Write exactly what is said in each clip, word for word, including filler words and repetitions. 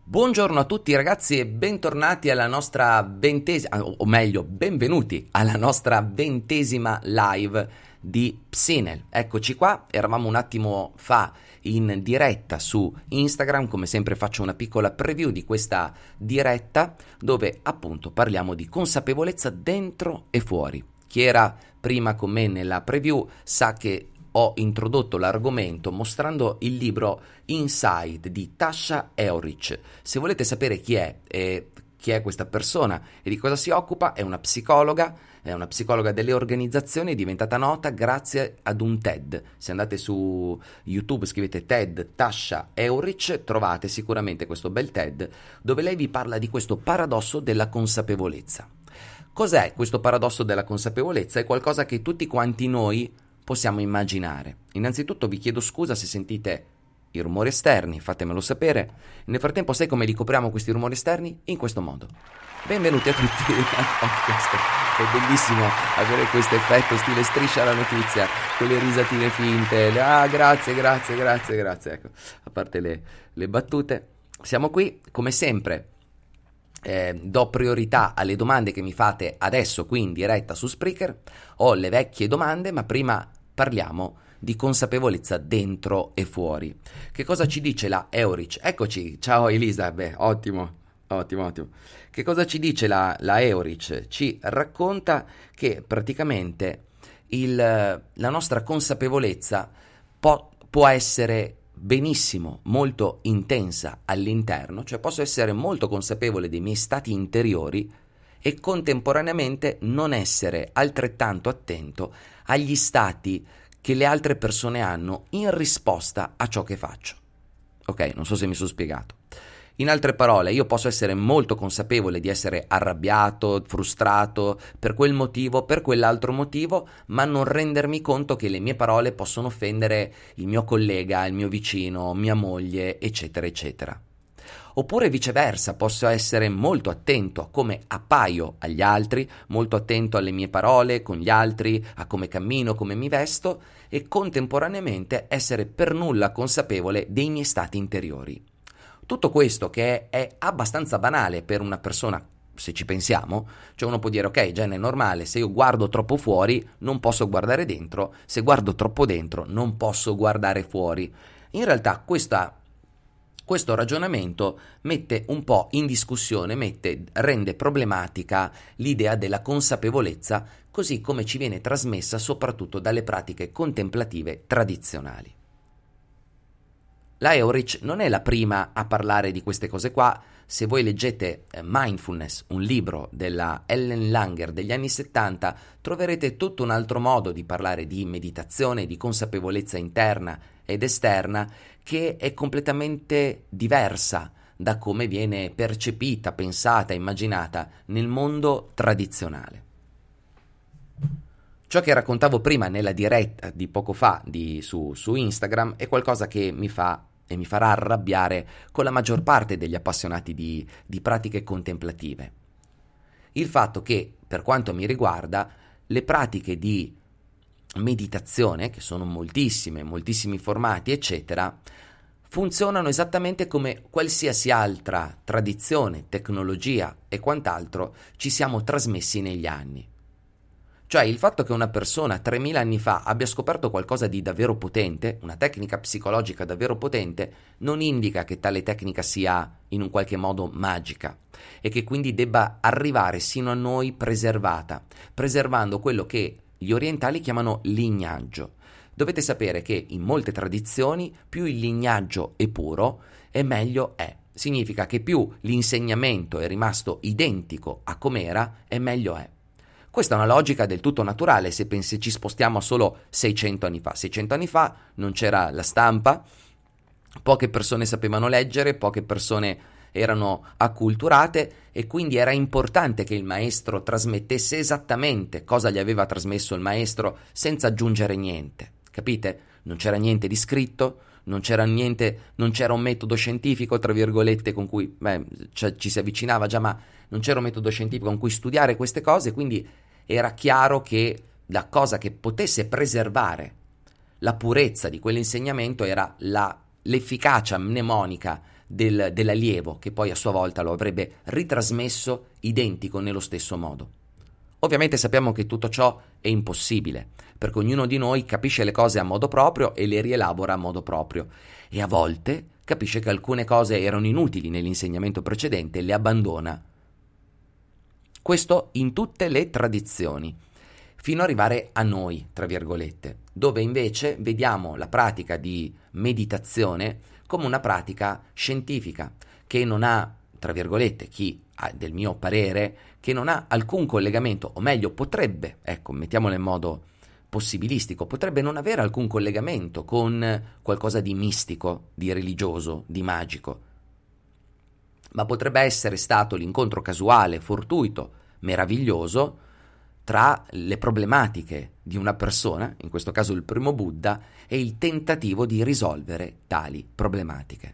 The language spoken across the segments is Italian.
Buongiorno a tutti ragazzi e bentornati alla nostra ventesima, o meglio, benvenuti alla nostra ventesima live di Psinel. Eccoci qua, eravamo un attimo fa in diretta su Instagram, come sempre faccio una piccola preview di questa diretta dove appunto parliamo di consapevolezza dentro e fuori. Chi era prima con me nella preview sa che ho introdotto l'argomento mostrando il libro Inside di Tasha Eurich. Se volete sapere chi è e chi è questa persona e di cosa si occupa, è una psicologa, è una psicologa delle organizzazioni, è diventata nota grazie ad un TED. Se andate su YouTube, scrivete TED Tasha Eurich, trovate sicuramente questo bel TED dove lei vi parla di questo paradosso della consapevolezza. Cos'è questo paradosso della consapevolezza? È qualcosa che tutti quanti noi possiamo immaginare. Innanzitutto vi chiedo scusa se sentite i rumori esterni, fatemelo sapere. Nel frattempo, sai come ricopriamo questi rumori esterni? In questo modo. Benvenuti a tutti al podcast. È bellissimo avere questo effetto stile Striscia la notizia, con le risatine finte. Le, ah, grazie, grazie, grazie, grazie. Ecco, a parte le, le battute, siamo qui come sempre. Eh, do priorità alle domande che mi fate adesso qui in diretta su Spreaker. Ho le vecchie domande, ma prima parliamo di consapevolezza dentro e fuori. Che cosa ci dice la Eurich? Eccoci, ciao Elisa, beh, ottimo, ottimo, ottimo. Che cosa ci dice la, la Eurich? Ci racconta che praticamente il, la nostra consapevolezza può, può essere benissimo molto intensa all'interno, cioè posso essere molto consapevole dei miei stati interiori e contemporaneamente non essere altrettanto attento agli stati che le altre persone hanno in risposta a ciò che faccio. Ok, non so se mi sono spiegato. In altre parole, io posso essere molto consapevole di essere arrabbiato, frustrato per quel motivo, per quell'altro motivo, ma non rendermi conto che le mie parole possono offendere il mio collega, il mio vicino, mia moglie, eccetera, eccetera. Oppure viceversa, posso essere molto attento a come appaio agli altri, molto attento alle mie parole con gli altri, a come cammino, come mi vesto e contemporaneamente essere per nulla consapevole dei miei stati interiori. Tutto questo che è, è abbastanza banale per una persona, se ci pensiamo, cioè uno può dire ok, Gen, è normale, se io guardo troppo fuori non posso guardare dentro, se guardo troppo dentro non posso guardare fuori. In realtà questa Questo ragionamento mette un po' in discussione, mette, rende problematica l'idea della consapevolezza così come ci viene trasmessa soprattutto dalle pratiche contemplative tradizionali. La Eurich non è la prima a parlare di queste cose qua. Se voi leggete Mindfulness, un libro della Ellen Langer degli anni settanta, troverete tutto un altro modo di parlare di meditazione, di consapevolezza interna ed esterna che è completamente diversa da come viene percepita, pensata, immaginata nel mondo tradizionale. Ciò che raccontavo prima nella diretta di poco fa di, su, su Instagram è qualcosa che mi fa e mi farà arrabbiare con la maggior parte degli appassionati di, di pratiche contemplative. Il fatto che, per quanto mi riguarda, le pratiche di meditazione, che sono moltissime, moltissimi formati, eccetera, funzionano esattamente come qualsiasi altra tradizione, tecnologia e quant'altro ci siamo trasmessi negli anni. Cioè il fatto che una persona tremila anni fa abbia scoperto qualcosa di davvero potente, una tecnica psicologica davvero potente, non indica che tale tecnica sia in un qualche modo magica e che quindi debba arrivare sino a noi preservata, preservando quello che gli orientali chiamano lignaggio. Dovete sapere che in molte tradizioni più il lignaggio è puro e meglio è. Significa che più l'insegnamento è rimasto identico a com'era e meglio è. Questa è una logica del tutto naturale se pensi, ci spostiamo a solo seicento anni fa. seicento anni fa non c'era la stampa, poche persone sapevano leggere, poche persone erano acculturate e quindi era importante che il maestro trasmettesse esattamente cosa gli aveva trasmesso il maestro senza aggiungere niente. Capite? Non c'era niente di scritto, non c'era niente, non c'era un metodo scientifico, tra virgolette, con cui beh, cioè, ci si avvicinava già, ma non c'era un metodo scientifico con cui studiare queste cose, quindi era chiaro che la cosa che potesse preservare la purezza di quell'insegnamento era la, l'efficacia mnemonica del, dell'allievo, che poi a sua volta lo avrebbe ritrasmesso identico nello stesso modo. Ovviamente sappiamo che tutto ciò è impossibile, perché ognuno di noi capisce le cose a modo proprio e le rielabora a modo proprio, e a volte capisce che alcune cose erano inutili nell'insegnamento precedente e le abbandona. Questo in tutte le tradizioni, fino ad arrivare a noi, tra virgolette, dove invece vediamo la pratica di meditazione come una pratica scientifica, che non ha, tra virgolette, chi ha del mio parere, che non ha alcun collegamento, o meglio potrebbe, ecco, mettiamolo in modo possibilistico, potrebbe non avere alcun collegamento con qualcosa di mistico, di religioso, di magico, ma potrebbe essere stato l'incontro casuale, fortuito, meraviglioso tra le problematiche di una persona, in questo caso il primo Buddha, e il tentativo di risolvere tali problematiche.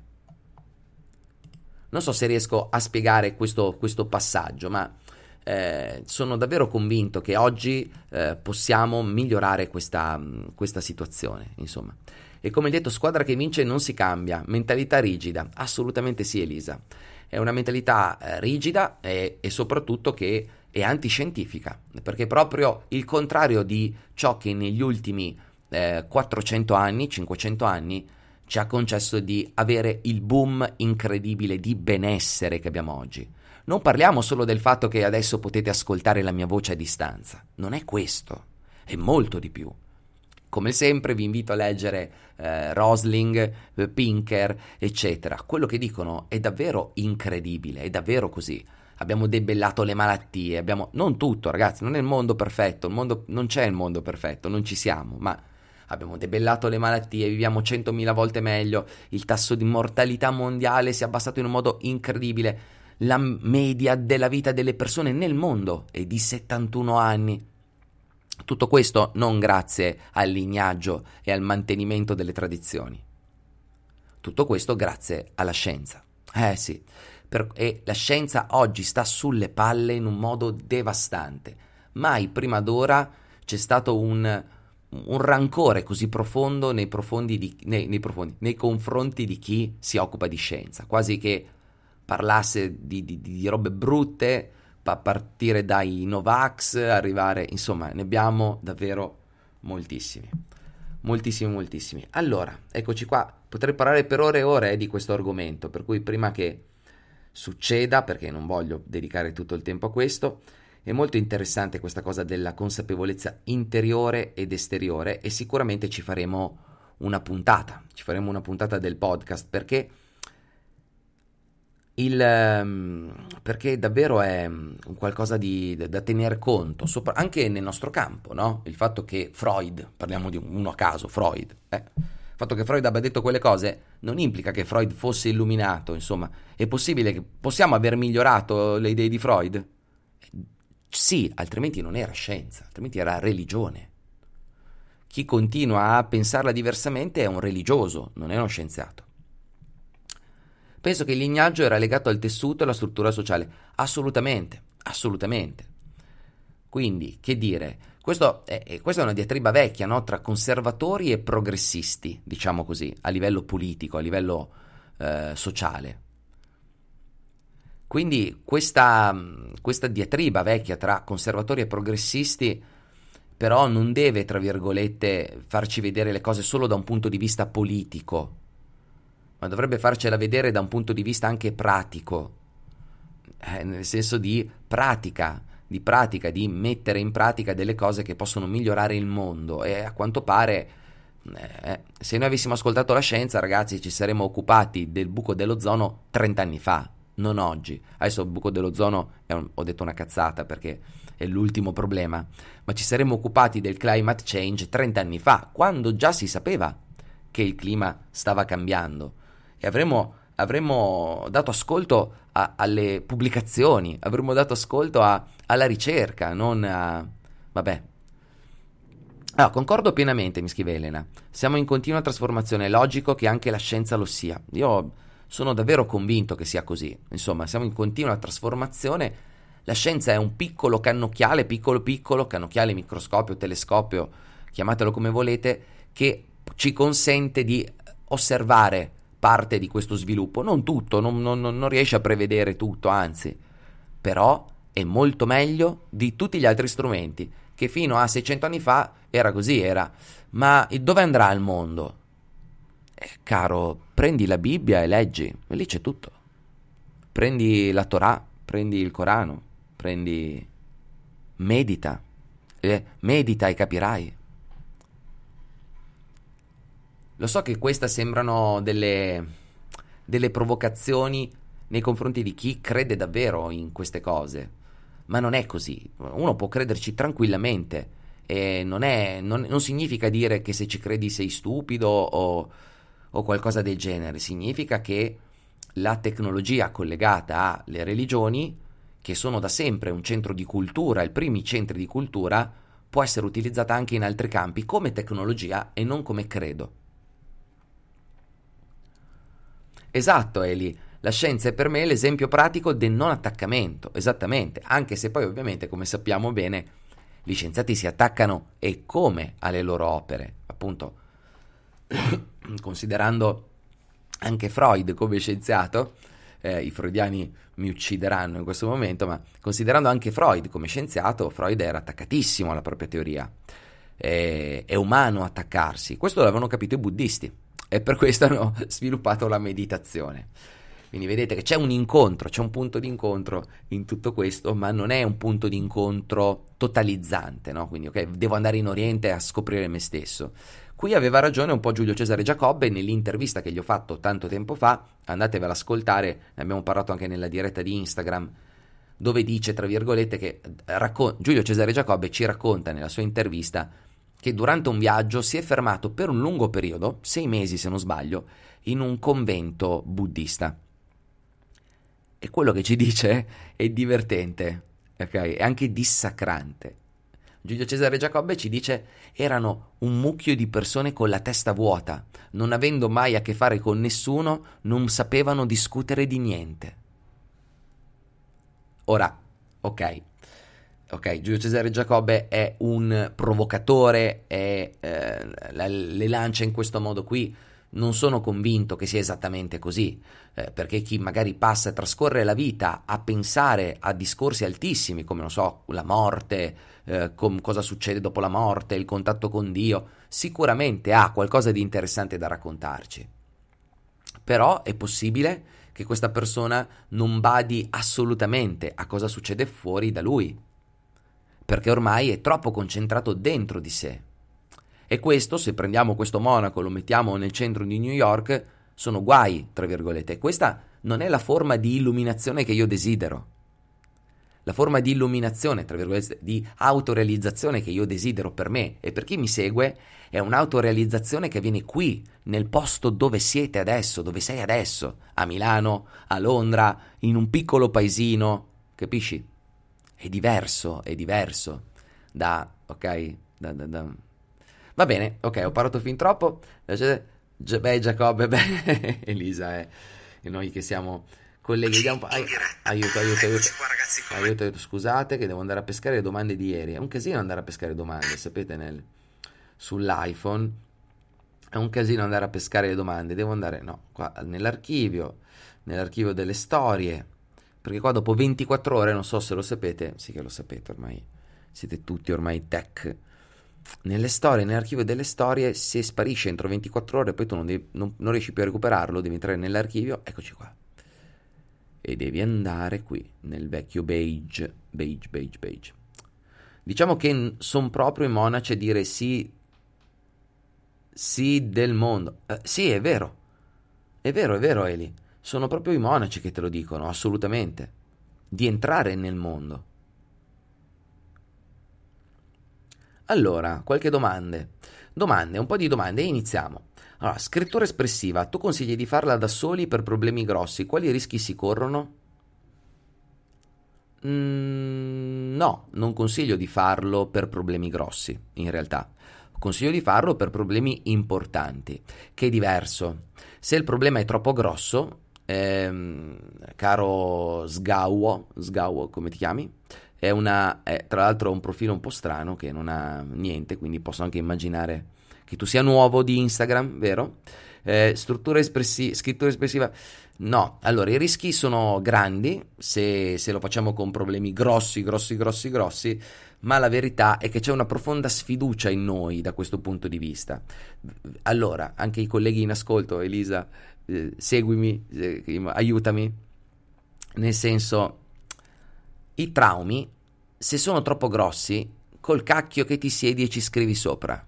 Non so se riesco a spiegare questo, questo passaggio, ma eh, sono davvero convinto che oggi eh, possiamo migliorare questa, questa situazione, insomma. E come detto, squadra che vince non si cambia, mentalità rigida, assolutamente sì, Elisa. È una mentalità eh, rigida e, e soprattutto che è antiscientifica, perché proprio il contrario di ciò che negli ultimi eh, quattrocento anni, cinquecento anni, ci ha concesso di avere il boom incredibile di benessere che abbiamo oggi. Non parliamo solo del fatto che adesso potete ascoltare la mia voce a distanza, non è questo, è molto di più. Come sempre vi invito a leggere eh, Rosling, eh, Pinker, eccetera. Quello che dicono è davvero incredibile, è davvero così. Abbiamo debellato le malattie, abbiamo... non tutto, ragazzi, non è il mondo perfetto, il mondo... non c'è il mondo perfetto, non ci siamo, ma abbiamo debellato le malattie, viviamo centomila volte meglio, il tasso di mortalità mondiale si è abbassato in un modo incredibile, la media della vita delle persone nel mondo è di settantuno anni. Tutto questo non grazie al lignaggio e al mantenimento delle tradizioni. Tutto questo grazie alla scienza. Eh sì, per, e la scienza oggi sta sulle palle in un modo devastante. Mai prima d'ora c'è stato un, un rancore così profondo nei, profondi di, nei, nei, profondi, nei confronti di chi si occupa di scienza, quasi che parlasse di, di, di robe brutte, a partire dai Novax, arrivare, insomma, ne abbiamo davvero moltissimi, moltissimi, moltissimi. Allora, eccoci qua, potrei parlare per ore e ore eh, di questo argomento, per cui prima che succeda, perché non voglio dedicare tutto il tempo a questo, è molto interessante questa cosa della consapevolezza interiore ed esteriore e sicuramente ci faremo una puntata, ci faremo una puntata del podcast, perché Il, perché davvero è un qualcosa di, da tenere conto, sopra, anche nel nostro campo, no? Il fatto che Freud, parliamo di uno a caso, Freud, eh, il fatto che Freud abbia detto quelle cose non implica che Freud fosse illuminato, insomma, è possibile che possiamo aver migliorato le idee di Freud? Sì, altrimenti non era scienza, altrimenti era religione. Chi continua a pensarla diversamente è un religioso, non è uno scienziato. Penso che il lignaggio era legato al tessuto e alla struttura sociale. Assolutamente, assolutamente. Quindi, che dire, questo è, questa è una diatriba vecchia, no? Tra conservatori e progressisti, diciamo così, a livello politico, a livello eh, sociale. Quindi questa, questa diatriba vecchia tra conservatori e progressisti però non deve, tra virgolette, farci vedere le cose solo da un punto di vista politico, ma dovrebbe farcela vedere da un punto di vista anche pratico, eh, nel senso di pratica, di pratica, di mettere in pratica delle cose che possono migliorare il mondo. E a quanto pare, eh, se noi avessimo ascoltato la scienza, ragazzi, ci saremmo occupati del buco dell'ozono trenta anni fa, non oggi. Adesso il buco dell'ozono, è un, ho detto una cazzata perché è l'ultimo problema, ma ci saremmo occupati del climate change trenta anni fa, quando già si sapeva che il clima stava cambiando. E avremmo, avremmo dato ascolto a, alle pubblicazioni, avremmo dato ascolto a, alla ricerca, non a... vabbè. Allora, concordo pienamente, mi scrive Elena. Siamo in continua trasformazione, è logico che anche la scienza lo sia. Io sono davvero convinto che sia così. Insomma, siamo in continua trasformazione. La scienza è un piccolo cannocchiale, piccolo piccolo, cannocchiale, microscopio, telescopio, chiamatelo come volete, che ci consente di osservare parte di questo sviluppo, non tutto, non, non, non riesce a prevedere tutto, anzi, però è molto meglio di tutti gli altri strumenti, che fino a seicento anni fa era così, era, ma dove andrà il mondo? Eh, caro, prendi la Bibbia e leggi, e lì c'è tutto. Prendi la Torah, prendi il Corano, prendi... medita, eh, medita e capirai. Lo so che queste sembrano delle, delle provocazioni nei confronti di chi crede davvero in queste cose, ma non è così. Uno può crederci tranquillamente e non, è, non, non significa dire che se ci credi sei stupido o, o qualcosa del genere. Significa che la tecnologia collegata alle religioni, che sono da sempre un centro di cultura, i primi centri di cultura, può essere utilizzata anche in altri campi come tecnologia e non come credo. Esatto, Eli, la scienza è per me l'esempio pratico del non attaccamento, esattamente, anche se poi ovviamente, come sappiamo bene, gli scienziati si attaccano e come alle loro opere, appunto, considerando anche Freud come scienziato, eh, i freudiani mi uccideranno in questo momento, ma considerando anche Freud come scienziato, Freud era attaccatissimo alla propria teoria, è, è umano attaccarsi, questo l'avevano capito i buddisti. E per questo hanno sviluppato la meditazione. Quindi vedete che c'è un incontro, c'è un punto di incontro in tutto questo, ma non è un punto di incontro totalizzante, no? Quindi, ok, devo andare in Oriente a scoprire me stesso. Qui aveva ragione un po' Giulio Cesare Giacobbe nell'intervista che gli ho fatto tanto tempo fa, andatevela ad ascoltare, ne abbiamo parlato anche nella diretta di Instagram, dove dice, tra virgolette, che raccon- Giulio Cesare Giacobbe ci racconta nella sua intervista che durante un viaggio si è fermato per un lungo periodo, sei mesi se non sbaglio, in un convento buddista. E quello che ci dice è divertente, ok? È anche dissacrante. Giulio Cesare Giacobbe ci dice erano un mucchio di persone con la testa vuota, non avendo mai a che fare con nessuno, non sapevano discutere di niente. Ora, ok, ok, Giulio Cesare Giacobbe è un provocatore, è, eh, la, le lancia in questo modo qui. Non sono convinto che sia esattamente così, eh, perché chi magari passa e trascorre la vita a pensare a discorsi altissimi, come, non so, la morte, eh, com- cosa succede dopo la morte, il contatto con Dio, sicuramente ha qualcosa di interessante da raccontarci. Però è possibile che questa persona non badi assolutamente a cosa succede fuori da lui, perché ormai è troppo concentrato dentro di sé. E questo, se prendiamo questo monaco, lo mettiamo nel centro di New York, sono guai, tra virgolette. Questa non è la forma di illuminazione che io desidero. La forma di illuminazione, tra virgolette, di autorealizzazione che io desidero per me e per chi mi segue, è un'autorealizzazione che avviene qui, nel posto dove siete adesso, dove sei adesso, a Milano, a Londra, in un piccolo paesino, capisci? È diverso, è diverso da, ok, da, da, da. Va bene, ok, ho parlato fin troppo. Beh, Giacobbe, beh, Elisa, eh. E noi che siamo colleghi, vediamo un po'. Ai, aiuto, aiuto, aiuto. Qua, ragazzi, aiuto, aiuto. Scusate che devo andare a pescare le domande di ieri. È un casino andare a pescare domande, sapete, nel, sull'iPhone. È un casino andare a pescare le domande. Devo andare, no, qua nell'archivio, nell'archivio delle storie. Perché qua dopo ventiquattro ore, non so se lo sapete, sì che lo sapete ormai, siete tutti ormai tech, nelle storie, nell'archivio delle storie, se sparisce entro ventiquattro ore, poi tu non, devi, non, non riesci più a recuperarlo, devi entrare nell'archivio, eccoci qua. E devi andare qui, nel vecchio beige, beige, beige, beige. Diciamo che sono proprio i monaci a dire sì, sì del mondo. Eh, sì, è vero, è vero, è vero, Eli. Sono proprio i monaci che te lo dicono, assolutamente, di entrare nel mondo. Allora, qualche domande. Domande, un po' di domande e iniziamo. Allora, scrittura espressiva, tu consigli di farla da soli per problemi grossi, quali rischi si corrono? Mm, no, non consiglio di farlo per problemi grossi, in realtà. Consiglio di farlo per problemi importanti, che è diverso. Se il problema è troppo grosso, ehm, caro Sgauo, Sgauo, come ti chiami? È una, è, tra l'altro ha un profilo un po' strano che non ha niente, quindi posso anche immaginare che tu sia nuovo di Instagram, vero? Eh, struttura espressi- scrittura espressiva, no. Allora, i rischi sono grandi se, se lo facciamo con problemi grossi, grossi, grossi, grossi, ma la verità è che c'è una profonda sfiducia in noi da questo punto di vista. Allora, anche i colleghi in ascolto, Elisa, eh, seguimi, eh, aiutami, nel senso, i traumi, se sono troppo grossi, col cacchio che ti siedi e ci scrivi sopra.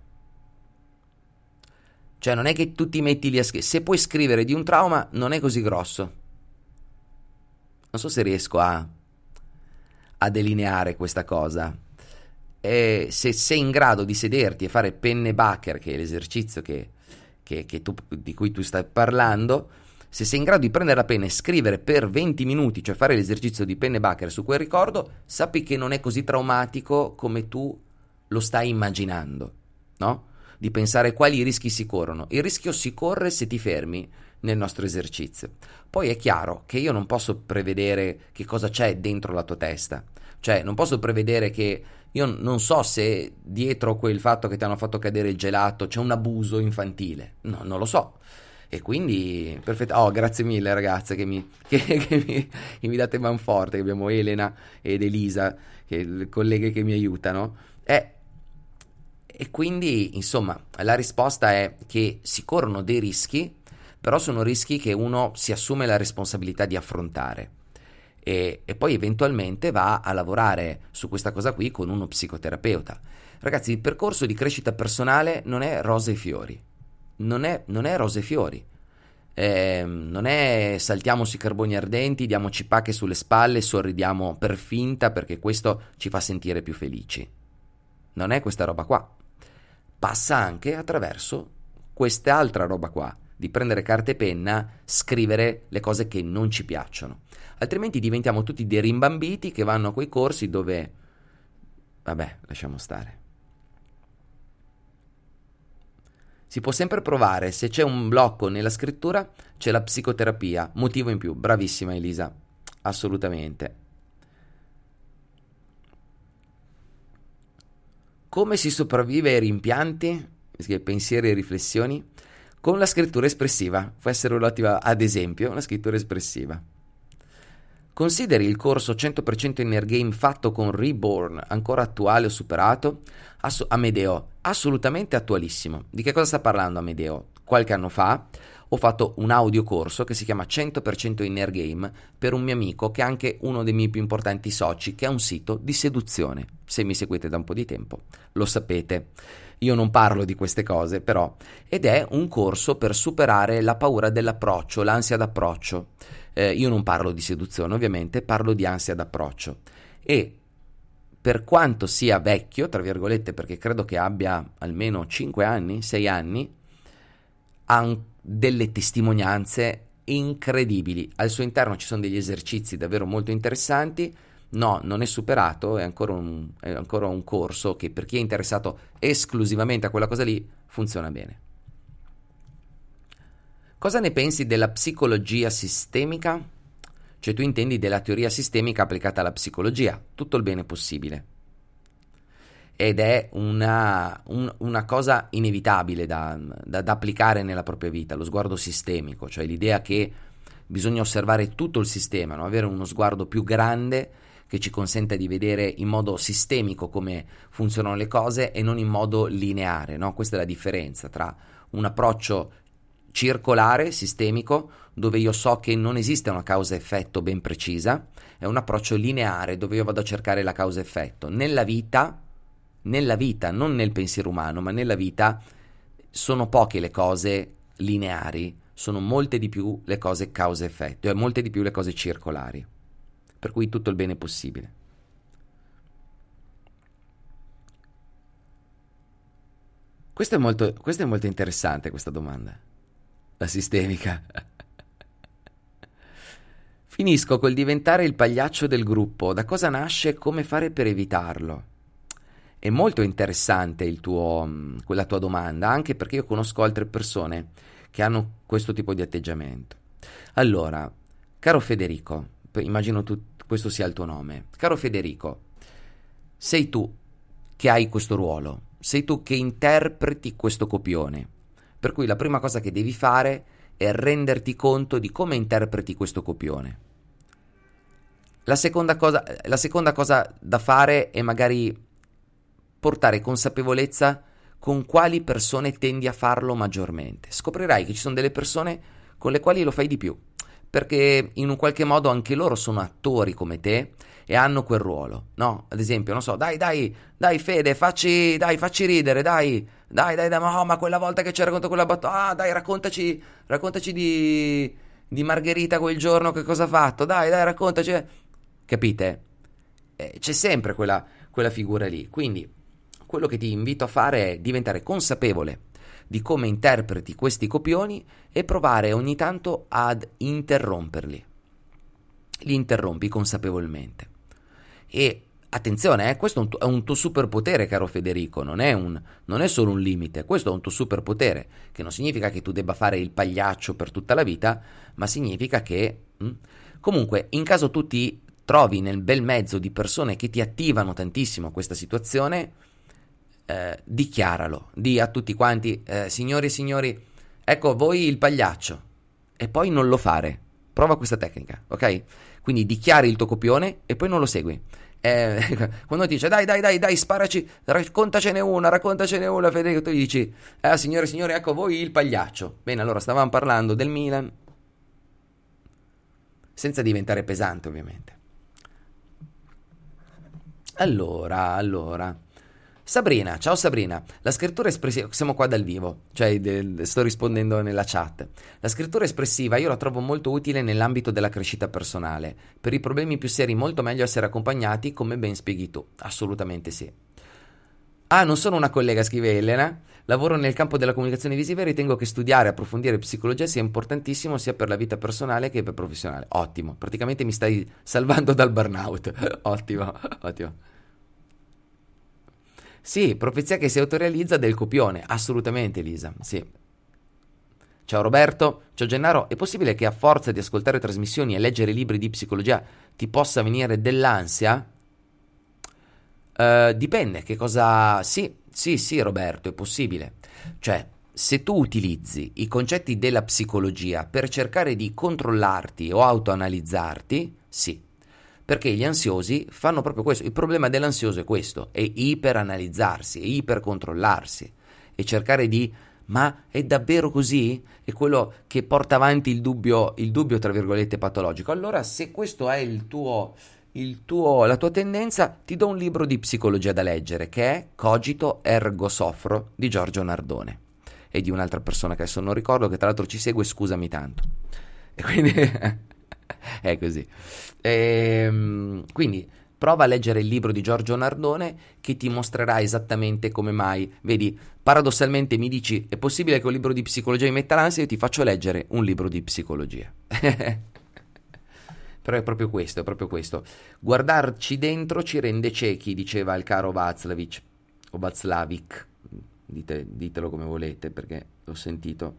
Cioè non è che tu ti metti lì a scrivere, se puoi scrivere di un trauma non è così grosso. Non so se riesco a, a delineare questa cosa. E se sei in grado di sederti e fare pennebaker, che è l'esercizio che, che, che tu, di cui tu stai parlando, se sei in grado di prendere la penna e scrivere per venti minuti, cioè fare l'esercizio di pennebaker su quel ricordo, sappi che non è così traumatico come tu lo stai immaginando, no? Di pensare quali rischi si corrono. Il rischio si corre se ti fermi nel nostro esercizio. Poi è chiaro che io non posso prevedere che cosa c'è dentro la tua testa, cioè non posso prevedere che io non so se dietro quel fatto che ti hanno fatto cadere il gelato c'è un abuso infantile, no, non lo so. E quindi, perfetto. Oh, grazie mille ragazze che mi, che, che mi, che mi date manforte, che abbiamo Elena ed Elisa, che, le colleghe che mi aiutano. E, e quindi, insomma, la risposta è che si corrono dei rischi, però sono rischi che uno si assume la responsabilità di affrontare. E, e poi eventualmente va a lavorare su questa cosa qui con uno psicoterapeuta. Ragazzi, il percorso di crescita personale non è rose e fiori. Non è, non è rose e fiori, eh, non è saltiamo sui carboni ardenti, diamoci pacche sulle spalle, sorridiamo per finta perché questo ci fa sentire più felici. Non è questa roba qua. Passa anche attraverso quest'altra roba qua, di prendere carta e penna, scrivere le cose che non ci piacciono. Altrimenti diventiamo tutti dei rimbambiti che vanno a quei corsi dove, vabbè, lasciamo stare. Si può sempre provare, se c'è un blocco nella scrittura, c'è la psicoterapia, motivo in più. Bravissima Elisa, assolutamente. Come si sopravvive ai rimpianti, pensieri e riflessioni? Con la scrittura espressiva, può essere un'ottima, ad esempio, la scrittura espressiva. Consideri il corso cento per cento Inner Game fatto con Reborn ancora attuale o superato? Ass- Amedeo, assolutamente attualissimo. Di che cosa sta parlando Amedeo? Qualche anno fa ho fatto un audiocorso che si chiama cento per cento Inner Game per un mio amico che è anche uno dei miei più importanti soci, che ha un sito di seduzione. Se mi seguite da un po' di tempo lo sapete. Io non parlo di queste cose però, ed è un corso per superare la paura dell'approccio, l'ansia d'approccio. Eh, io non parlo di seduzione ovviamente, parlo di ansia d'approccio. E per quanto sia vecchio, tra virgolette, perché credo che abbia almeno cinque anni, sei anni, ha delle testimonianze incredibili. Al suo interno ci sono degli esercizi davvero molto interessanti. No, non è superato, è ancora, un, è ancora un corso che per chi è interessato esclusivamente a quella cosa lì funziona bene. Cosa ne pensi della psicologia sistemica? Cioè tu intendi della teoria sistemica applicata alla psicologia, tutto il bene possibile. Ed è una, un, una cosa inevitabile da, da, da applicare nella propria vita, lo sguardo sistemico, cioè l'idea che bisogna osservare tutto il sistema, no? Avere uno sguardo più grande che ci consenta di vedere in modo sistemico come funzionano le cose e non in modo lineare, no? Questa è la differenza tra un approccio circolare, sistemico, dove io so che non esiste una causa-effetto ben precisa, è un approccio lineare dove io vado a cercare la causa-effetto. Nella vita, nella vita, non nel pensiero umano, ma nella vita sono poche le cose lineari, sono molte di più le cose causa-effetto e molte di più le cose circolari. Per cui tutto il bene possibile. Questo è molto, questo è molto interessante, questa domanda. La sistemica. Finisco col diventare il pagliaccio del gruppo. Da cosa nasce e come fare per evitarlo? È molto interessante il tuo, quella tua domanda, anche perché io conosco altre persone che hanno questo tipo di atteggiamento. Allora, caro Federico, immagino tu questo sia il tuo nome. Caro Federico, sei tu che hai questo ruolo, sei tu che interpreti questo copione. Per cui la prima cosa che devi fare è renderti conto di come interpreti questo copione. La seconda cosa, la seconda cosa da fare è magari portare consapevolezza con quali persone tendi a farlo maggiormente. Scoprirai che ci sono delle persone con le quali lo fai di più, perché in un qualche modo anche loro sono attori come te e hanno quel ruolo, no? Ad esempio, non so, dai, dai, dai Fede, facci, dai, facci ridere, dai, dai, dai, dai, ma, oh, ma quella volta che ci racconto quella battuta, ah, dai, raccontaci, raccontaci di, di Margherita quel giorno, che cosa ha fatto, dai, dai, raccontaci, capite? Eh, c'è sempre quella, quella figura lì, quindi quello che ti invito a fare è diventare consapevole di come interpreti questi copioni e provare ogni tanto ad interromperli. Li interrompi consapevolmente. E attenzione, eh, questo è un, tu- è un tuo superpotere, caro Federico, non è, un, non è solo un limite, questo è un tuo superpotere, che non significa che tu debba fare il pagliaccio per tutta la vita, ma significa che... Mh, comunque, in caso tu ti trovi nel bel mezzo di persone che ti attivano tantissimo questa situazione, eh, dichiaralo, di a tutti quanti, eh, signori e signori, ecco voi il pagliaccio, e poi non lo fare. Prova questa tecnica, ok? Quindi dichiari il tuo copione e poi non lo segui. Eh, quando ti dice dai dai dai dai sparaci, raccontacene una, raccontacene una, Federico, tu gli dici eh signore e signori, ecco voi il pagliaccio. Bene, allora stavamo parlando del Milan, senza diventare pesante ovviamente. Allora, allora Sabrina, ciao Sabrina, la scrittura espressiva, siamo qua dal vivo, cioè de, sto rispondendo nella chat. La scrittura espressiva io la trovo molto utile nell'ambito della crescita personale. Per i problemi più seri molto meglio essere accompagnati, come ben spieghi tu. Assolutamente sì. Ah, non sono una collega, scrive Elena. Lavoro nel campo della comunicazione visiva e ritengo che studiare e approfondire psicologia sia importantissimo sia per la vita personale che per professionale. Ottimo, praticamente mi stai salvando dal burnout. Ottimo, ottimo. Sì, profezia che si autorealizza del copione, assolutamente Elisa, sì. Ciao Roberto, ciao Gennaro, è possibile che a forza di ascoltare trasmissioni e leggere libri di psicologia ti possa venire dell'ansia? Uh, dipende, che cosa... Sì, sì, sì Roberto, è possibile. Cioè, se tu utilizzi i concetti della psicologia per cercare di controllarti o autoanalizzarti, sì. Perché gli ansiosi fanno proprio questo. Il problema dell'ansioso è questo, è iperanalizzarsi, è ipercontrollarsi e cercare di ma è davvero così? È quello che porta avanti il dubbio, il dubbio tra virgolette patologico. Allora, se questo è il tuo, il tuo, la tua tendenza, ti do un libro di psicologia da leggere che è Cogito ergo soffro di Giorgio Nardone e di un'altra persona che adesso non ricordo, che tra l'altro ci segue, scusami tanto. E quindi è così. Ehm, quindi prova a leggere il libro di Giorgio Nardone che ti mostrerà esattamente come mai. Vedi, paradossalmente mi dici è possibile che un libro di psicologia mi metta l'ansia, io ti faccio leggere un libro di psicologia. Però è proprio questo, è proprio questo. Guardarci dentro ci rende ciechi, diceva il caro Václavic o Václavic, dite, ditelo come volete perché l'ho sentito.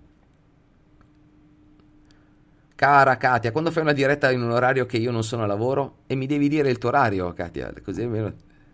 Cara Katia, quando fai una diretta in un orario che io non sono a lavoro e mi devi dire il tuo orario, Katia, così almeno...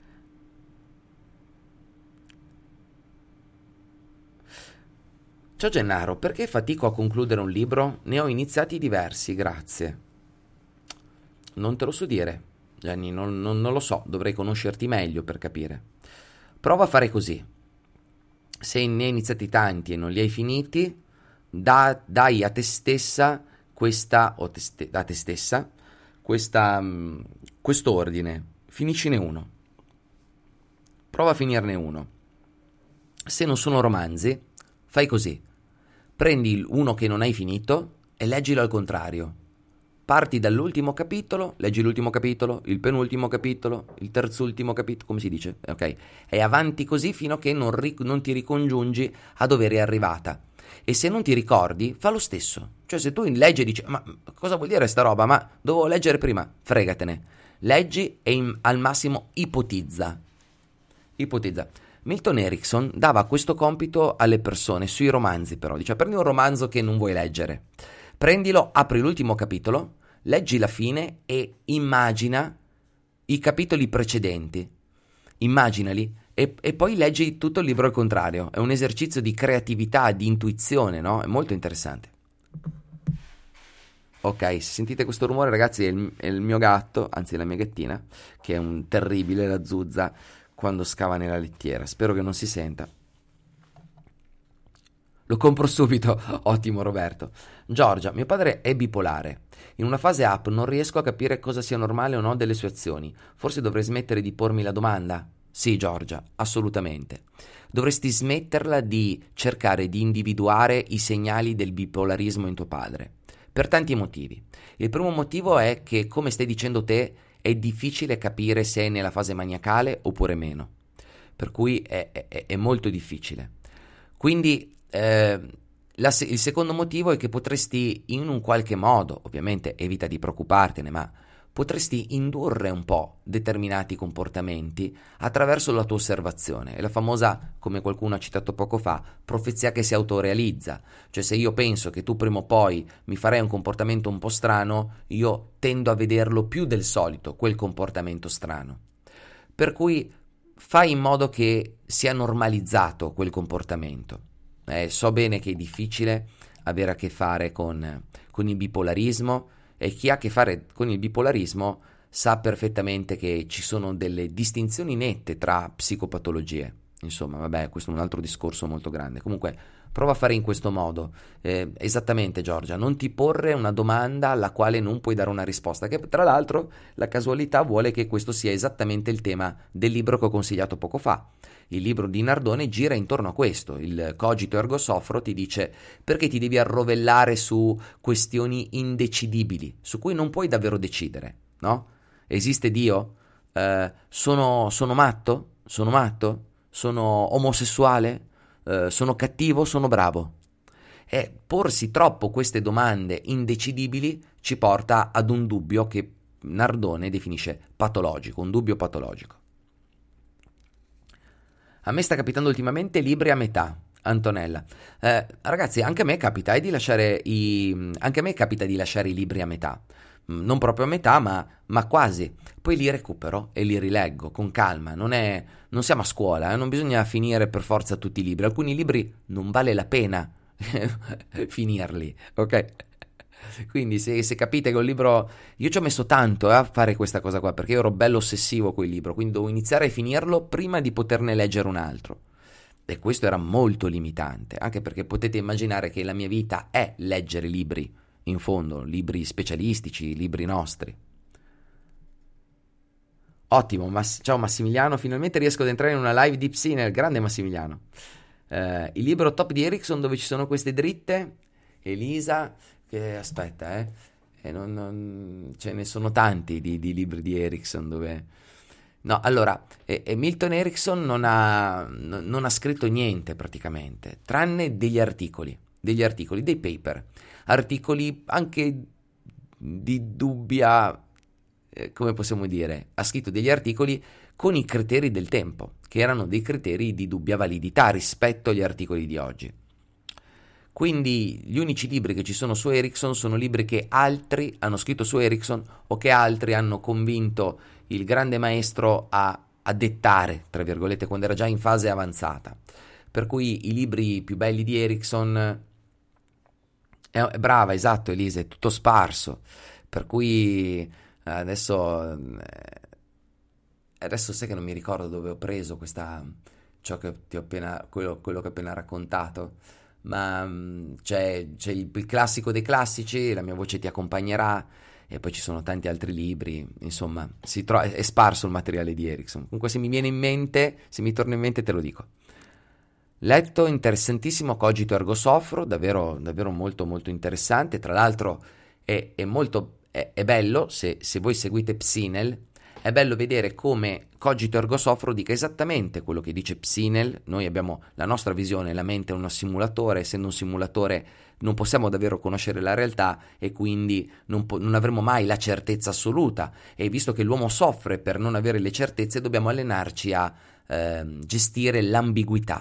Ciao Gennaro, perché fatico a concludere un libro? Ne ho iniziati diversi, grazie. Non te lo so dire, Jenny, non, non, non lo so, dovrei conoscerti meglio per capire. Prova a fare così. Se ne hai iniziati tanti e non li hai finiti, da, dai a te stessa... questa o te st- da te stessa questa mh, quest'ordine, finiscine uno, prova a finirne uno. Se non sono romanzi, fai così: prendi uno che non hai finito e leggilo al contrario. Parti dall'ultimo capitolo, leggi l'ultimo capitolo, il penultimo capitolo, il terzultimo capitolo, come si dice, ok, e avanti così fino a che non, ri- non ti ricongiungi a dove eri arrivata. E se non ti ricordi, fa lo stesso. Cioè se tu leggi e dici ma cosa vuol dire sta roba? Ma dovevo leggere prima. Fregatene. Leggi e in, al massimo ipotizza. Ipotizza. Milton Erickson dava questo compito alle persone sui romanzi però. Dice prendi un romanzo che non vuoi leggere. Prendilo, apri l'ultimo capitolo, leggi la fine e immagina i capitoli precedenti. Immaginali E, e poi leggi tutto il libro al contrario, è un esercizio di creatività, di intuizione, no? È molto interessante. Ok, se sentite questo rumore, ragazzi, è il, è il mio gatto, anzi la mia gattina, che è un terribile, la zuzza, quando scava nella lettiera. Spero che non si senta. Lo compro subito. Ottimo, Roberto. Giorgia, mio padre è bipolare. In una fase up non riesco a capire cosa sia normale o no delle sue azioni. Forse dovrei smettere di pormi la domanda? Sì, Giorgia, assolutamente. Dovresti smetterla di cercare di individuare i segnali del bipolarismo in tuo padre. Per tanti motivi. Il primo motivo è che, come stai dicendo te, è difficile capire se è nella fase maniacale oppure meno. Per cui è, è, è molto difficile. Quindi eh, la, il secondo motivo è che potresti in un qualche modo, ovviamente evita di preoccupartene, ma potresti indurre un po' determinati comportamenti attraverso la tua osservazione. È la famosa, come qualcuno ha citato poco fa, profezia che si autorealizza. Cioè, se io penso che tu prima o poi mi farai un comportamento un po' strano, io tendo a vederlo più del solito, quel comportamento strano. Per cui fai in modo che sia normalizzato quel comportamento. Eh, so bene che è difficile avere a che fare con, con il bipolarismo, e chi ha a che fare con il bipolarismo sa perfettamente che ci sono delle distinzioni nette tra psicopatologie. Insomma, vabbè, questo è un altro discorso molto grande. Comunque, prova a fare in questo modo. Eh, esattamente, Giorgia, non ti porre una domanda alla quale non puoi dare una risposta, che tra l'altro la casualità vuole che questo sia esattamente il tema del libro che ho consigliato poco fa. Il libro di Nardone gira intorno a questo. Il Cogito Ergo Sofro ti dice perché ti devi arrovellare su questioni indecidibili, su cui non puoi davvero decidere, no? Esiste Dio? Eh, sono, sono matto? Sono matto? Sono omosessuale? Eh, sono cattivo? Sono bravo? E porsi troppo queste domande indecidibili ci porta ad un dubbio che Nardone definisce patologico, un dubbio patologico. A me sta capitando ultimamente libri a metà, Antonella. Eh, ragazzi, anche a me capita eh, di lasciare i... anche a me capita di lasciare i libri a metà. Non proprio a metà, ma, ma quasi. Poi li recupero e li rileggo con calma. Non è... non siamo a scuola, eh? Non bisogna finire per forza tutti i libri. Alcuni libri non vale la pena finirli, ok? Quindi se, se capite che un libro... Io ci ho messo tanto eh, a fare questa cosa qua, perché io ero bello ossessivo con il libro, quindi dovevo iniziare a finirlo prima di poterne leggere un altro. E questo era molto limitante, anche perché potete immaginare che la mia vita è leggere libri, in fondo, libri specialistici, libri nostri. Ottimo, Mass- ciao Massimiliano, finalmente riesco ad entrare in una live di Psynel, grande Massimiliano. Eh, il libro top di Erickson dove ci sono queste dritte, Elisa... Che, aspetta, eh, e non, non, ce ne sono tanti di, di libri di Erickson dove... No, allora, e, e Milton Erickson non ha, no, non ha scritto niente praticamente, tranne degli articoli, degli articoli, dei paper, articoli anche di dubbia, eh, come possiamo dire, ha scritto degli articoli con i criteri del tempo, che erano dei criteri di dubbia validità rispetto agli articoli di oggi. Quindi gli unici libri che ci sono su Erickson sono libri che altri hanno scritto su Erickson o che altri hanno convinto il grande maestro a, a dettare, tra virgolette, quando era già in fase avanzata. Per cui i libri più belli di Erickson... È, è brava, esatto, Elisa, è tutto sparso. Per cui adesso... Adesso sai che non mi ricordo dove ho preso questa... ciò che ti ho appena... quello, quello che ho appena raccontato. Ma c'è, c'è il, il classico dei classici, La mia voce ti accompagnerà, e poi ci sono tanti altri libri, insomma, si tro- è sparso il materiale di Erickson. Comunque se mi viene in mente, se mi torna in mente te lo dico. Letto, interessantissimo, Cogito Ergo Sofro, davvero, davvero molto molto interessante, tra l'altro è, è molto, è, è bello, se, se voi seguite Psynel, è bello vedere come Cogito Ergo Sofro dica esattamente quello che dice Psynel. Noi abbiamo la nostra visione, la mente è uno simulatore, essendo un simulatore non possiamo davvero conoscere la realtà e quindi non, po- non avremo mai la certezza assoluta, e visto che l'uomo soffre per non avere le certezze dobbiamo allenarci a eh, gestire l'ambiguità,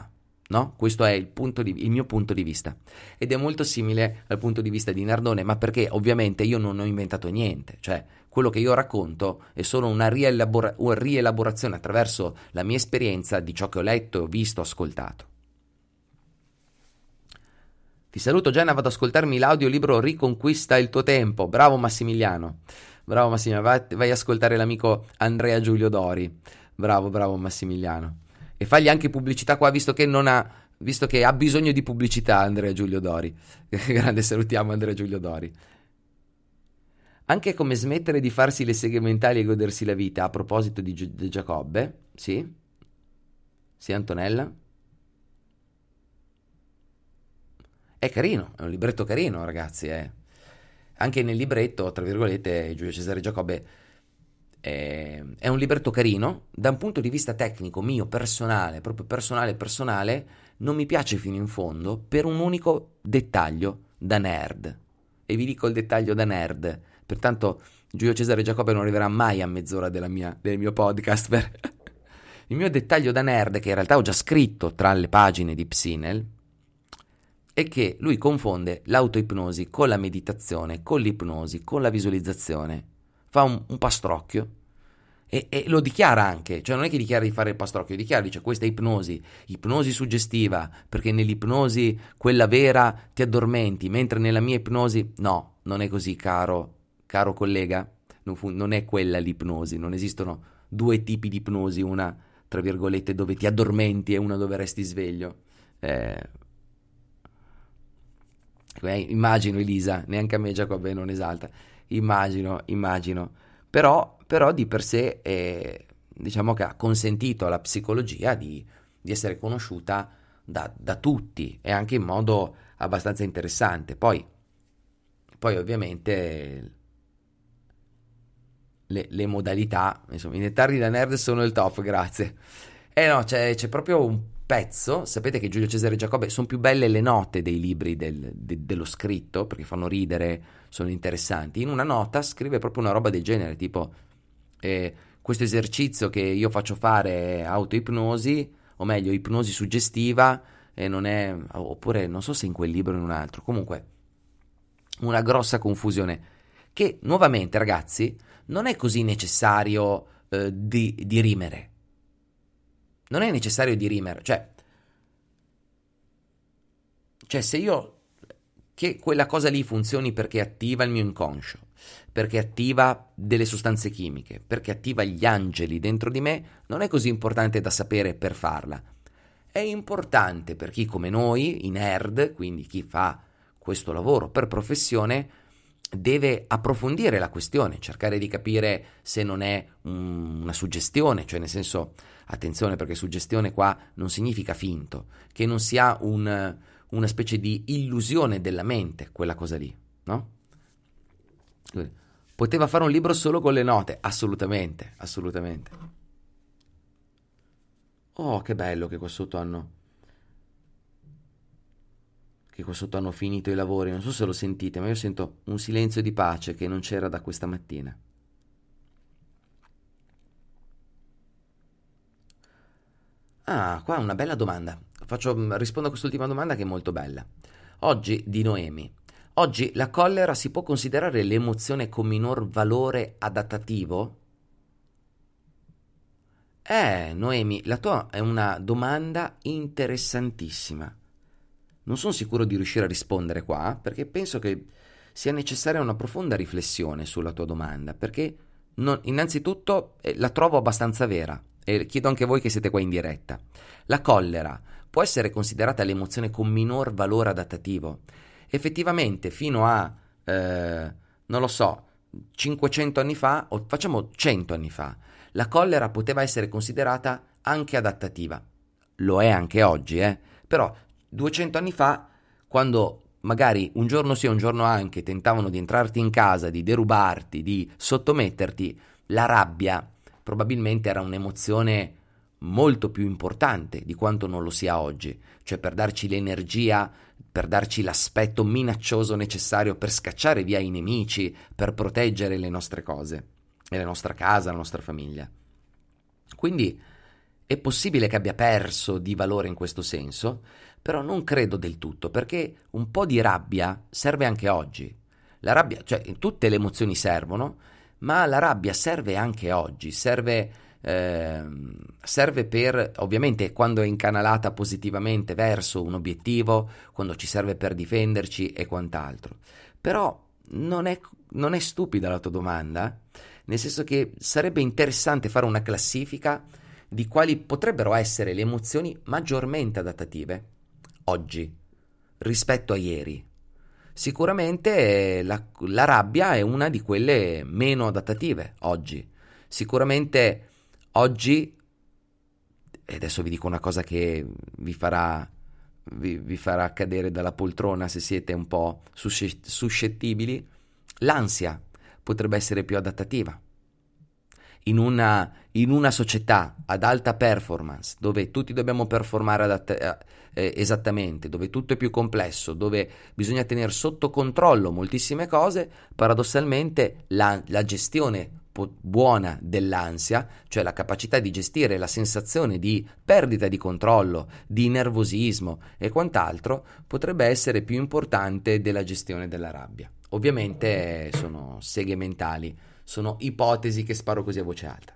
no? Questo è il, punto di, il mio punto di vista ed è molto simile al punto di vista di Nardone, ma perché ovviamente io non ho inventato niente, cioè quello che io racconto è solo una, rielabora- una rielaborazione attraverso la mia esperienza di ciò che ho letto, visto, ascoltato. Ti saluto Gianna, vado ad ascoltarmi l'audiolibro Riconquista il tuo tempo. Bravo Massimiliano, bravo Massimiliano, vai, vai a ascoltare l'amico Andrea Giulio Dori. Bravo, bravo Massimiliano. E fagli anche pubblicità qua, visto che non ha, visto che ha bisogno di pubblicità Andrea Giulio Dori. Grande, salutiamo Andrea Giulio Dori. Anche come smettere di farsi le seghe mentali e godersi la vita, a proposito di, Gi- di Giacobbe, sì? Sì, Antonella? È carino, è un libretto carino, ragazzi. Eh. Anche nel libretto, tra virgolette, Giulio Cesare Giacobbe è, è un libretto carino. Da un punto di vista tecnico, mio, personale, proprio personale, personale, non mi piace fino in fondo per un unico dettaglio da nerd. E vi dico il dettaglio da nerd. Pertanto Giulio Cesare Giacobbe non arriverà mai a mezz'ora della mia, del mio podcast. Per... il mio dettaglio da nerd, che in realtà ho già scritto tra le pagine di Psinel, è che lui confonde l'autoipnosi con la meditazione, con l'ipnosi, con la visualizzazione. Fa un, un pastrocchio e, e lo dichiara anche, cioè non è che dichiara di fare il pastrocchio, dichiara, dice questa è ipnosi, ipnosi suggestiva, perché nell'ipnosi, quella vera, ti addormenti, mentre nella mia ipnosi, no, non è così, caro, caro collega, non, fu, non è quella l'ipnosi, non esistono due tipi di ipnosi, una, tra virgolette, dove ti addormenti e una dove resti sveglio. Eh... Immagino Elisa, neanche a me Giacobbe non esalta, immagino, immagino, però, però di per sé è, diciamo che ha consentito alla psicologia di, di essere conosciuta da, da tutti e anche in modo abbastanza interessante. Poi, poi ovviamente le, le modalità, insomma, i dettagli da nerd sono il top, grazie. Eh no, c'è, c'è proprio un pezzo, sapete che Giulio Cesare Giacobbe, sono più belle le note dei libri del, de, dello scritto, perché fanno ridere, sono interessanti. In una nota scrive proprio una roba del genere, tipo eh, questo esercizio che io faccio fare è autoipnosi, o meglio ipnosi suggestiva, e non è, oppure non so se in quel libro o in un altro, comunque una grossa confusione, che nuovamente ragazzi non è così necessario eh, di, di rimere. Non è necessario dirimere, cioè, cioè se io, che quella cosa lì funzioni perché attiva il mio inconscio, perché attiva delle sostanze chimiche, perché attiva gli angeli dentro di me, non è così importante da sapere per farla. È importante per chi come noi, i nerd, quindi chi fa questo lavoro per professione, deve approfondire la questione, cercare di capire se non è un, una suggestione, cioè nel senso, attenzione perché suggestione qua non significa finto, che non sia un, una specie di illusione della mente, quella cosa lì, no? Poteva fare un libro solo con le note, assolutamente, assolutamente. Oh, che bello che qua sotto hanno... che qua sotto hanno finito i lavori, non so se lo sentite, ma io sento un silenzio di pace che non c'era da questa mattina. Ah, qua una bella domanda. Faccio, rispondo a quest'ultima domanda che è molto bella. Oggi, di Noemi. Oggi la collera si può considerare l'emozione con minor valore adattativo? Eh, Noemi, la tua è una domanda interessantissima. Non sono sicuro di riuscire a rispondere qua, perché penso che sia necessaria una profonda riflessione sulla tua domanda, perché non, innanzitutto eh, la trovo abbastanza vera, e chiedo anche a voi che siete qua in diretta. La collera può essere considerata l'emozione con minor valore adattativo. Effettivamente, fino a, eh, non lo so, cinquecento anni fa, o facciamo cento anni fa, la collera poteva essere considerata anche adattativa. Lo è anche oggi, eh? Però duecento anni fa, quando magari un giorno sì, un giorno anche, tentavano di entrarti in casa, di derubarti, di sottometterti, la rabbia probabilmente era un'emozione molto più importante di quanto non lo sia oggi, cioè per darci l'energia, per darci l'aspetto minaccioso necessario per scacciare via i nemici, per proteggere le nostre cose, e la nostra casa, la nostra famiglia. Quindi È possibile che abbia perso di valore in questo senso, però non credo del tutto, perché un po' di rabbia serve anche oggi. La rabbia, cioè tutte le emozioni servono, ma la rabbia serve anche oggi, serve, ehm, serve per, ovviamente, quando è incanalata positivamente verso un obiettivo, quando ci serve per difenderci e quant'altro. Però non è, non è stupida la tua domanda, nel senso che sarebbe interessante fare una classifica di quali potrebbero essere le emozioni maggiormente adattative oggi rispetto a ieri. Sicuramente eh, la, la rabbia è una di quelle meno adattative oggi. Sicuramente oggi, e adesso vi dico una cosa che vi farà, vi, vi farà cadere dalla poltrona se siete un po' suscettibili, l'ansia potrebbe essere più adattativa. In una, in una società ad alta performance, dove tutti dobbiamo performare adatt- eh, esattamente, dove tutto è più complesso, dove bisogna tenere sotto controllo moltissime cose, paradossalmente la, la gestione po- buona dell'ansia, cioè la capacità di gestire la sensazione di perdita di controllo, di nervosismo e quant'altro, potrebbe essere più importante della gestione della rabbia. Ovviamente eh, sono seghe mentali, sono ipotesi che sparo così a voce alta.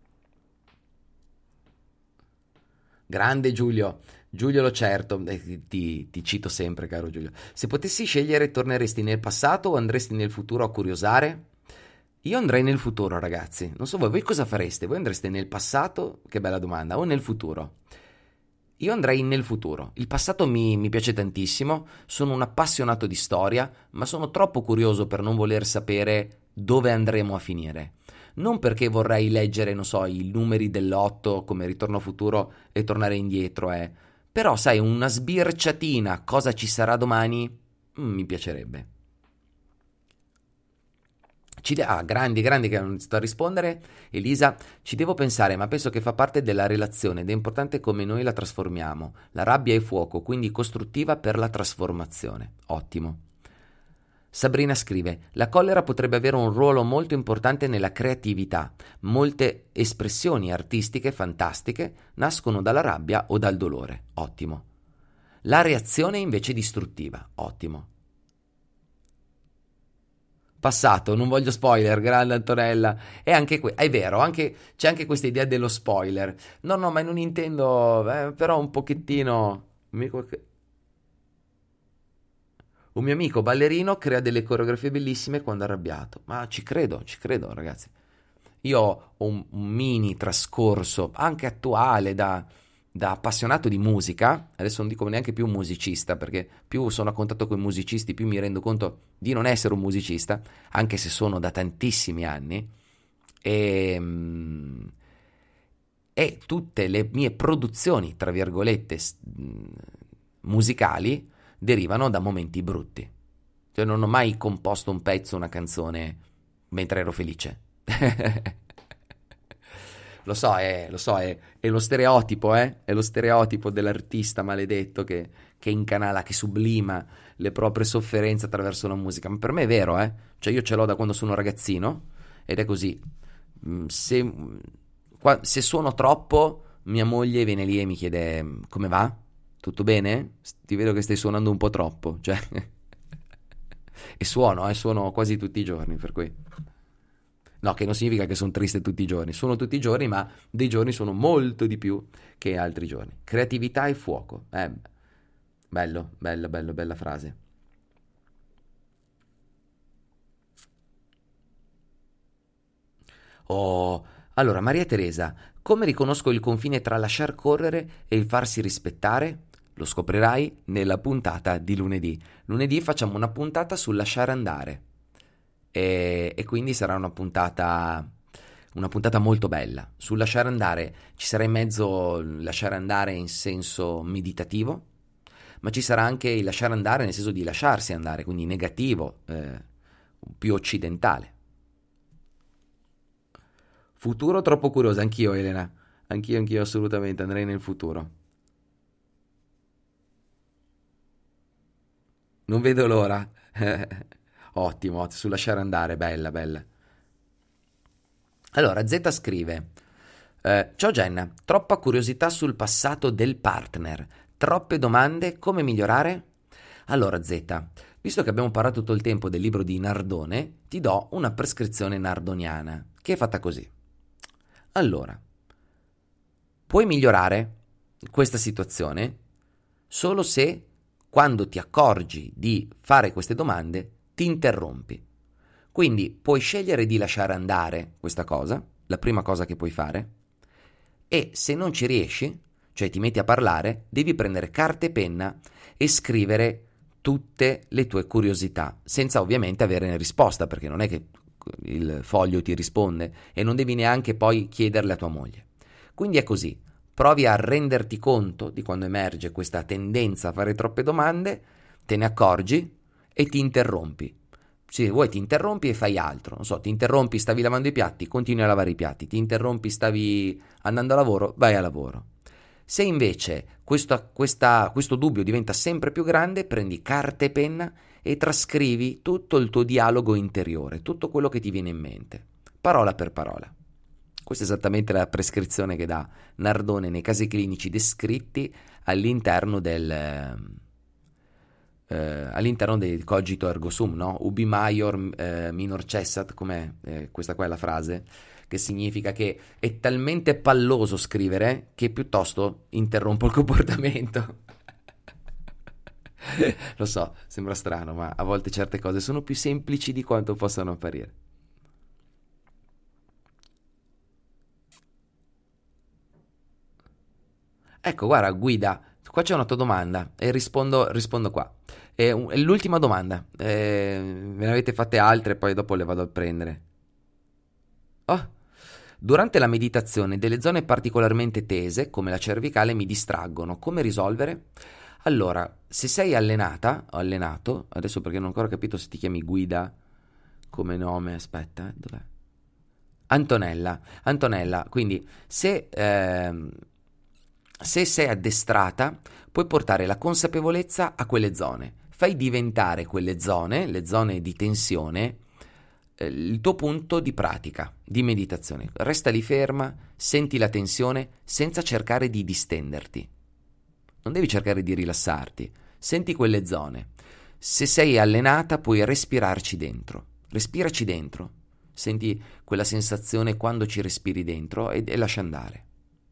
Grande Giulio, Giulio lo certo, eh, ti, ti, ti cito sempre, caro Giulio. Se potessi scegliere, torneresti nel passato o andresti nel futuro a curiosare? Io andrei nel futuro, ragazzi. Non so voi, voi cosa fareste? Voi andreste nel passato? Che bella domanda. O nel futuro? Io andrei nel futuro. Il passato mi, mi piace tantissimo, sono un appassionato di storia, ma sono troppo curioso per non voler sapere dove andremo a finire. Non perché vorrei leggere, non so, i numeri del lotto come Ritorno Futuro e tornare indietro, eh. Però, sai, una sbirciatina, cosa ci sarà domani, mm, mi piacerebbe. Ci de- ah, grandi, grandi che non sto a rispondere. Elisa, ci devo pensare, ma penso che fa parte della relazione ed è importante come noi la trasformiamo. La rabbia è fuoco, quindi costruttiva per la trasformazione. Ottimo. Sabrina scrive, la collera potrebbe avere un ruolo molto importante nella creatività. Molte espressioni artistiche fantastiche nascono dalla rabbia o dal dolore. Ottimo. La reazione è invece distruttiva. Ottimo. Passato, non voglio spoiler, grande Antonella. E anche que- è vero, anche, c'è anche questa idea dello spoiler. No, no, ma non intendo, eh, però un pochettino. Amico che- Un mio amico ballerino crea delle coreografie bellissime quando è arrabbiato. Ma ci credo, ci credo, ragazzi. Io ho un, un mini trascorso, anche attuale, da, da appassionato di musica. Adesso non dico neanche più musicista, perché più sono a contatto con i musicisti, più mi rendo conto di non essere un musicista, anche se sono da tantissimi anni. E, mm, e tutte le mie produzioni, tra virgolette, s- mm, musicali, derivano da momenti brutti. Cioè non ho mai composto un pezzo, una canzone mentre ero felice. Lo so, è, lo so, è, è lo stereotipo, eh? È lo stereotipo dell'artista maledetto che, che incanala, che sublima le proprie sofferenze attraverso la musica. Ma per me è vero, eh? Cioè io ce l'ho da quando sono ragazzino ed è così. Mm, Se, qua- se suono troppo, mia moglie viene lì e mi chiede "Mm, come va? Tutto bene? S- Ti vedo che stai suonando un po' troppo." Cioè, e suono, eh? Suono quasi tutti i giorni, per cui... No, che non significa che sono triste tutti i giorni, sono tutti i giorni, ma dei giorni sono molto di più che altri giorni. Creatività e fuoco. Eh, bello, bello, bello, bella frase. Oh, allora, Maria Teresa, come riconosco il confine tra lasciar correre e il farsi rispettare? Lo scoprirai nella puntata di lunedì. Lunedì facciamo una puntata sul lasciare andare. E, e quindi sarà una puntata, una puntata molto bella. Sul lasciare andare ci sarà in mezzo il lasciare andare in senso meditativo, ma ci sarà anche il lasciare andare nel senso di lasciarsi andare, quindi negativo, eh, più occidentale. Futuro troppo curioso, anch'io Elena, anch'io, anch'io assolutamente andrei nel futuro. Non vedo l'ora. Ottimo, sul lasciare andare, bella, bella. Allora, Z scrive, Eh, ciao Jenna, troppa curiosità sul passato del partner, troppe domande, come migliorare? Allora Z, visto che abbiamo parlato tutto il tempo del libro di Nardone, ti do una prescrizione nardoniana, che è fatta così. Allora, puoi migliorare questa situazione solo se, quando ti accorgi di fare queste domande, ti interrompi. Quindi puoi scegliere di lasciare andare questa cosa, la prima cosa che puoi fare, e se non ci riesci, cioè ti metti a parlare, devi prendere carta e penna e scrivere tutte le tue curiosità, senza ovviamente avere risposta, perché non è che il foglio ti risponde e non devi neanche poi chiederle a tua moglie. Quindi è così, provi a renderti conto di quando emerge questa tendenza a fare troppe domande, te ne accorgi e ti interrompi. Se vuoi ti interrompi e fai altro, non so, ti interrompi, stavi lavando i piatti, continui a lavare i piatti, ti interrompi, stavi andando a lavoro, vai a lavoro. Se invece questo, questa, questo dubbio diventa sempre più grande, prendi carta e penna e trascrivi tutto il tuo dialogo interiore, tutto quello che ti viene in mente, parola per parola. Questa è esattamente la prescrizione che dà Nardone nei casi clinici descritti all'interno del... Uh, all'interno del cogito ergo sum, no? Ubi maior uh, minor cessat, com'è eh, questa qua è la frase, che significa che è talmente palloso scrivere che piuttosto interrompo il comportamento. Lo so, sembra strano, ma a volte certe cose sono più semplici di quanto possano apparire. Ecco, guarda, Guida, qua c'è una tua domanda e rispondo, rispondo qua. È, un- è l'ultima domanda. Eh, ve ne avete fatte altre, poi dopo le vado a prendere. Oh, durante la meditazione delle zone particolarmente tese, come la cervicale, mi distraggono. Come risolvere? Allora, se sei allenata, o allenato, adesso perché non ho ancora capito se ti chiami Guida come nome, aspetta, eh, dov'è? Antonella, Antonella, quindi se, ehm, se sei addestrata, puoi portare la consapevolezza a quelle zone. Fai diventare quelle zone, le zone di tensione, eh, il tuo punto di pratica, di meditazione. Resta lì ferma, senti la tensione senza cercare di distenderti. Non devi cercare di rilassarti, senti quelle zone. Se sei allenata, puoi respirarci dentro. Respiraci dentro. Senti quella sensazione quando ci respiri dentro e, e lascia andare.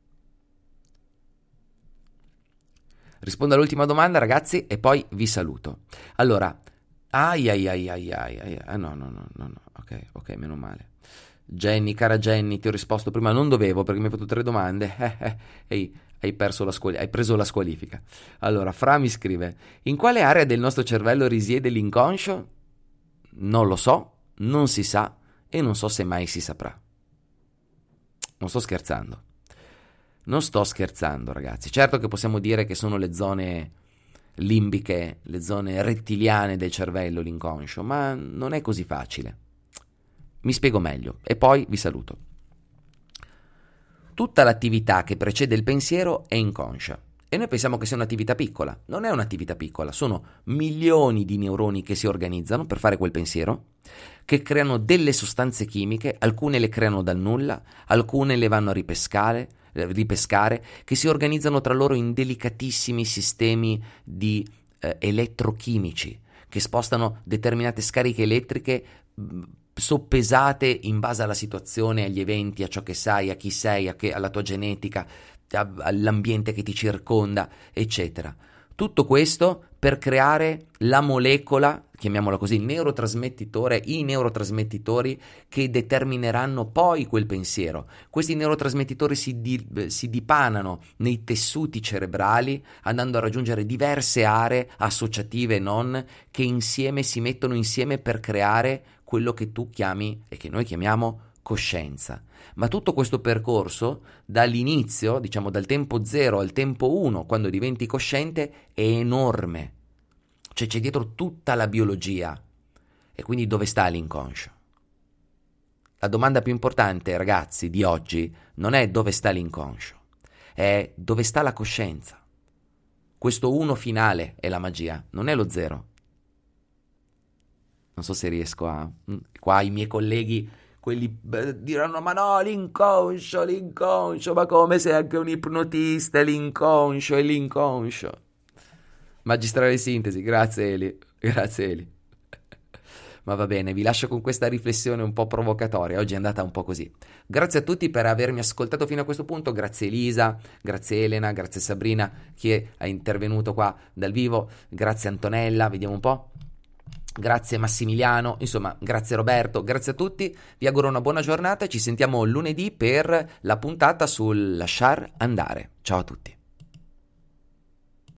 Rispondo all'ultima domanda, ragazzi, e poi vi saluto. Allora, ai ai ai ai ai ai, ah, no, no, no, no, no, ok, ok, meno male. Jenny, cara Jenny, ti ho risposto prima, non dovevo perché mi hai fatto tre domande, eh, eh, ehi, hai perso la squali- hai preso la squalifica. Allora, Fra mi scrive, in quale area del nostro cervello risiede l'inconscio? Non lo so, non si sa e non so se mai si saprà. Non sto scherzando. Non sto scherzando, ragazzi. Certo che possiamo dire che sono le zone limbiche, le zone rettiliane del cervello, l'inconscio, ma non è così facile. Mi spiego meglio e poi vi saluto. Tutta l'attività che precede il pensiero è inconscia e noi pensiamo che sia un'attività piccola. Non è un'attività piccola, sono milioni di neuroni che si organizzano per fare quel pensiero, che creano delle sostanze chimiche, alcune le creano dal nulla, alcune le vanno a ripescare, ripescare, che si organizzano tra loro in delicatissimi sistemi di eh, elettrochimici che spostano determinate scariche elettriche mh, soppesate in base alla situazione, agli eventi, a ciò che sai, a chi sei, a che, alla tua genetica, a, all'ambiente che ti circonda, eccetera. Tutto questo per creare la molecola, chiamiamola così, il neurotrasmettitore, i neurotrasmettitori che determineranno poi quel pensiero. Questi neurotrasmettitori si, di, si dipanano nei tessuti cerebrali, andando a raggiungere diverse aree associative e non, che insieme si mettono insieme per creare quello che tu chiami e che noi chiamiamo coscienza. Ma tutto questo percorso, dall'inizio, diciamo dal tempo zero al tempo uno, quando diventi cosciente, è enorme. Cioè c'è dietro tutta la biologia. E quindi dove sta l'inconscio? La domanda più importante, ragazzi, di oggi non è dove sta l'inconscio, è dove sta la coscienza. Questo uno finale è la magia, non è lo zero. Non so se riesco a... Qua i miei colleghi quelli eh, diranno ma no, l'inconscio, l'inconscio, ma come sei anche un ipnotista, l'inconscio e l'inconscio. Magistrale sintesi, grazie Eli, grazie Eli. Ma va bene, vi lascio con questa riflessione un po' provocatoria, oggi è andata un po' così. Grazie a tutti per avermi ascoltato fino a questo punto, grazie Elisa, grazie Elena, grazie Sabrina che è intervenuto qua dal vivo, grazie Antonella, vediamo un po'. Grazie Massimiliano, insomma, grazie Roberto, grazie a tutti, vi auguro una buona giornata e ci sentiamo lunedì per la puntata sul lasciar andare. Ciao a tutti.